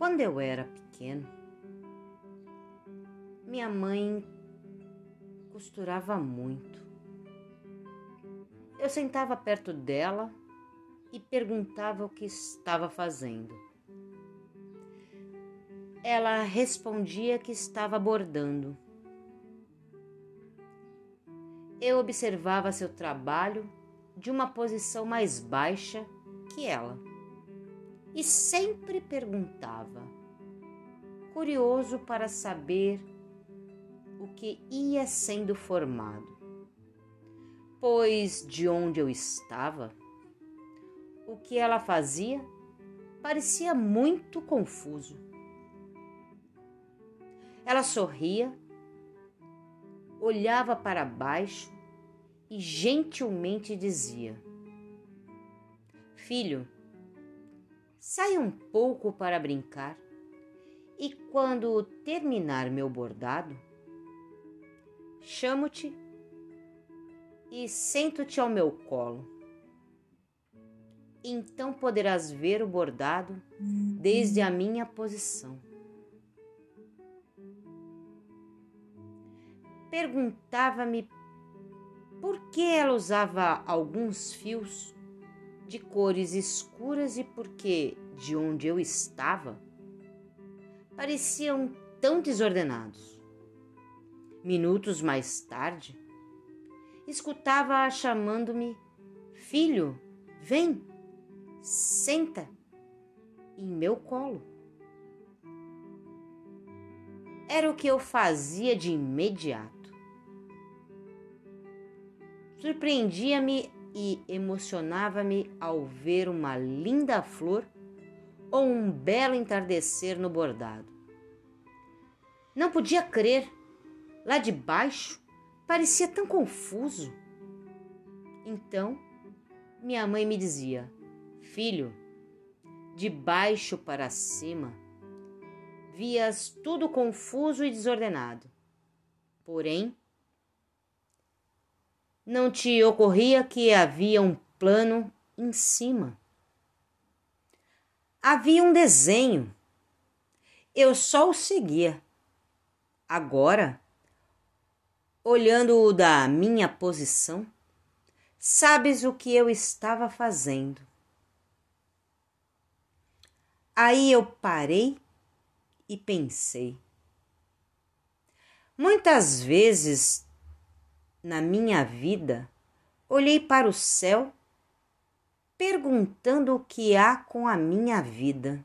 Quando eu era pequeno, minha mãe costurava muito. Eu sentava perto dela e perguntava o que estava fazendo. Ela respondia que estava bordando. Eu observava seu trabalho de uma posição mais baixa que ela e sempre perguntava, curioso para saber o que ia sendo formado, pois de onde eu estava, o que ela fazia parecia muito confuso. Ela sorria, olhava para baixo e gentilmente dizia: "Filho, saia um pouco para brincar e quando terminar meu bordado, chamo-te e sento-te ao meu colo. Então poderás ver o bordado desde a minha posição." Perguntava-me por que ela usava alguns fios de cores escuras e por que, de onde eu estava, pareciam tão desordenados. Minutos mais tarde, escutava-a chamando-me: "Filho, vem, senta em meu colo." Era o que eu fazia de imediato. Surpreendia-me e emocionava-me ao ver uma linda flor ou um belo entardecer no bordado. Não podia crer. Lá de baixo parecia tão confuso. Então, minha mãe me dizia: "Filho, de baixo para cima, vias tudo confuso e desordenado. Porém, não te ocorria que havia um plano em cima. Havia um desenho. Eu só o seguia. Agora, olhando-o da minha posição, sabes o que eu estava fazendo." Aí eu parei e pensei. Muitas vezes na minha vida, olhei para o céu perguntando o que há com a minha vida.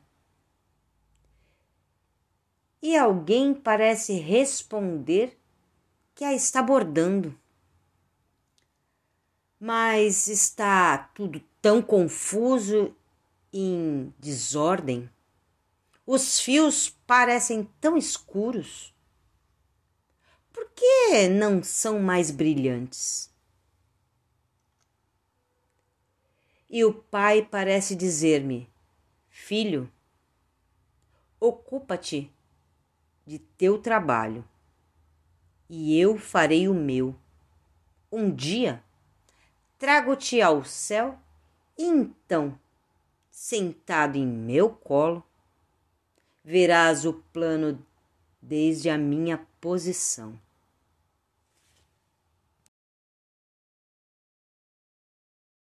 E alguém parece responder que a está bordando. Mas está tudo tão confuso e em desordem. Os fios parecem tão escuros. Por que não são mais brilhantes? E o pai parece dizer-me: "Filho, ocupa-te de teu trabalho e eu farei o meu. Um dia trago-te ao céu e então, sentado em meu colo, verás o plano desde a minha posição."